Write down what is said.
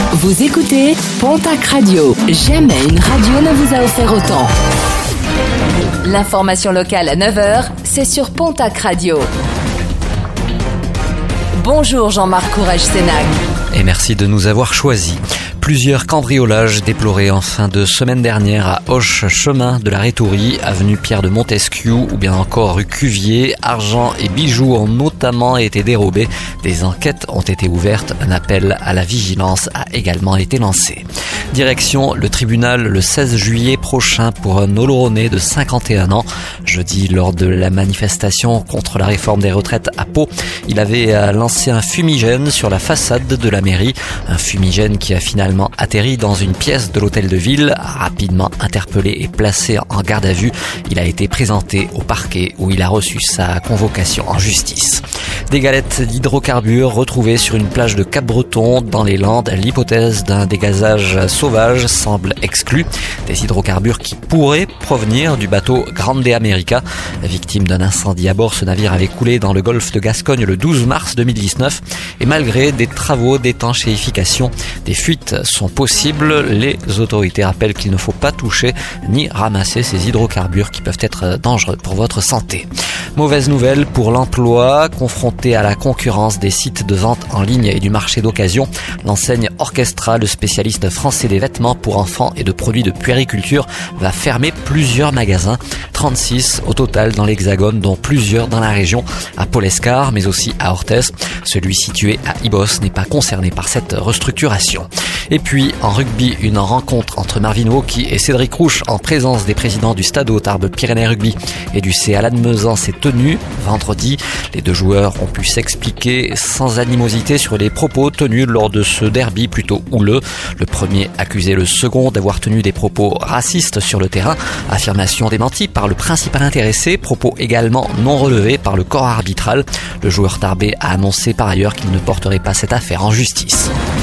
Vous écoutez Pontac Radio. Jamais une radio ne vous a offert autant. L'information locale à 9h, c'est sur Pontac Radio. Bonjour Jean-Marc Courage-Sénac. Et merci de nous avoir choisis. Plusieurs cambriolages déplorés en fin de semaine dernière à Auch, chemin de la Rétourie, avenue Pierre de Montesquieu ou bien encore rue Cuvier. Argent et bijoux ont notamment été dérobés. Des enquêtes ont été ouvertes. Un appel à la vigilance a également été lancé. Direction le tribunal le 16 juillet prochain pour un Oloronais de 51 ans. Jeudi, lors de la manifestation contre la réforme des retraites à Pau, il avait lancé un fumigène sur la façade de la mairie. Un fumigène qui a finalement atterri dans une pièce de l'hôtel de ville. Rapidement interpellé et placé en garde à vue, il a été présenté au parquet où il a reçu sa convocation en justice. Des galettes d'hydrocarbures retrouvées sur une plage de Cap-Breton dans les Landes. L'hypothèse d'un dégazage sauvage semble exclue. Des hydrocarbures qui pourraient provenir du bateau Grande America. Victime d'un incendie à bord, ce navire avait coulé dans le golfe de Gascogne le 12 mars 2019. Et malgré des travaux d'étanchéification, des fuites sont possibles. Les autorités rappellent qu'il ne faut pas toucher ni ramasser ces hydrocarbures qui peuvent être dangereux pour votre santé. Mauvaise nouvelle pour l'emploi. Confronté à la concurrence des sites de vente en ligne et du marché d'occasion, l'enseigne Orchestra, le spécialiste français des vêtements pour enfants et de produits de puériculture, va fermer plusieurs magasins. 36 au total dans l'Hexagone, dont plusieurs dans la région, à Paul-Escar, mais aussi à Orthez. Celui situé à Ibos n'est pas concerné par cette restructuration. Et puis, en rugby, une rencontre entre Marvin Wauquiez et Cédric Rouche en présence des présidents du Stade Tarbes Pyrénées Rugby et du CA Lannemezan s'est tenue vendredi. Les deux joueurs ont pu s'expliquer sans animosité sur les propos tenus lors de ce derby plutôt houleux. Le premier accusait le second d'avoir tenu des propos racistes sur le terrain. Affirmation démentie par le principal intéressé, propos également non relevés par le corps arbitral. Le joueur tarbais a annoncé par ailleurs qu'il ne porterait pas cette affaire en justice.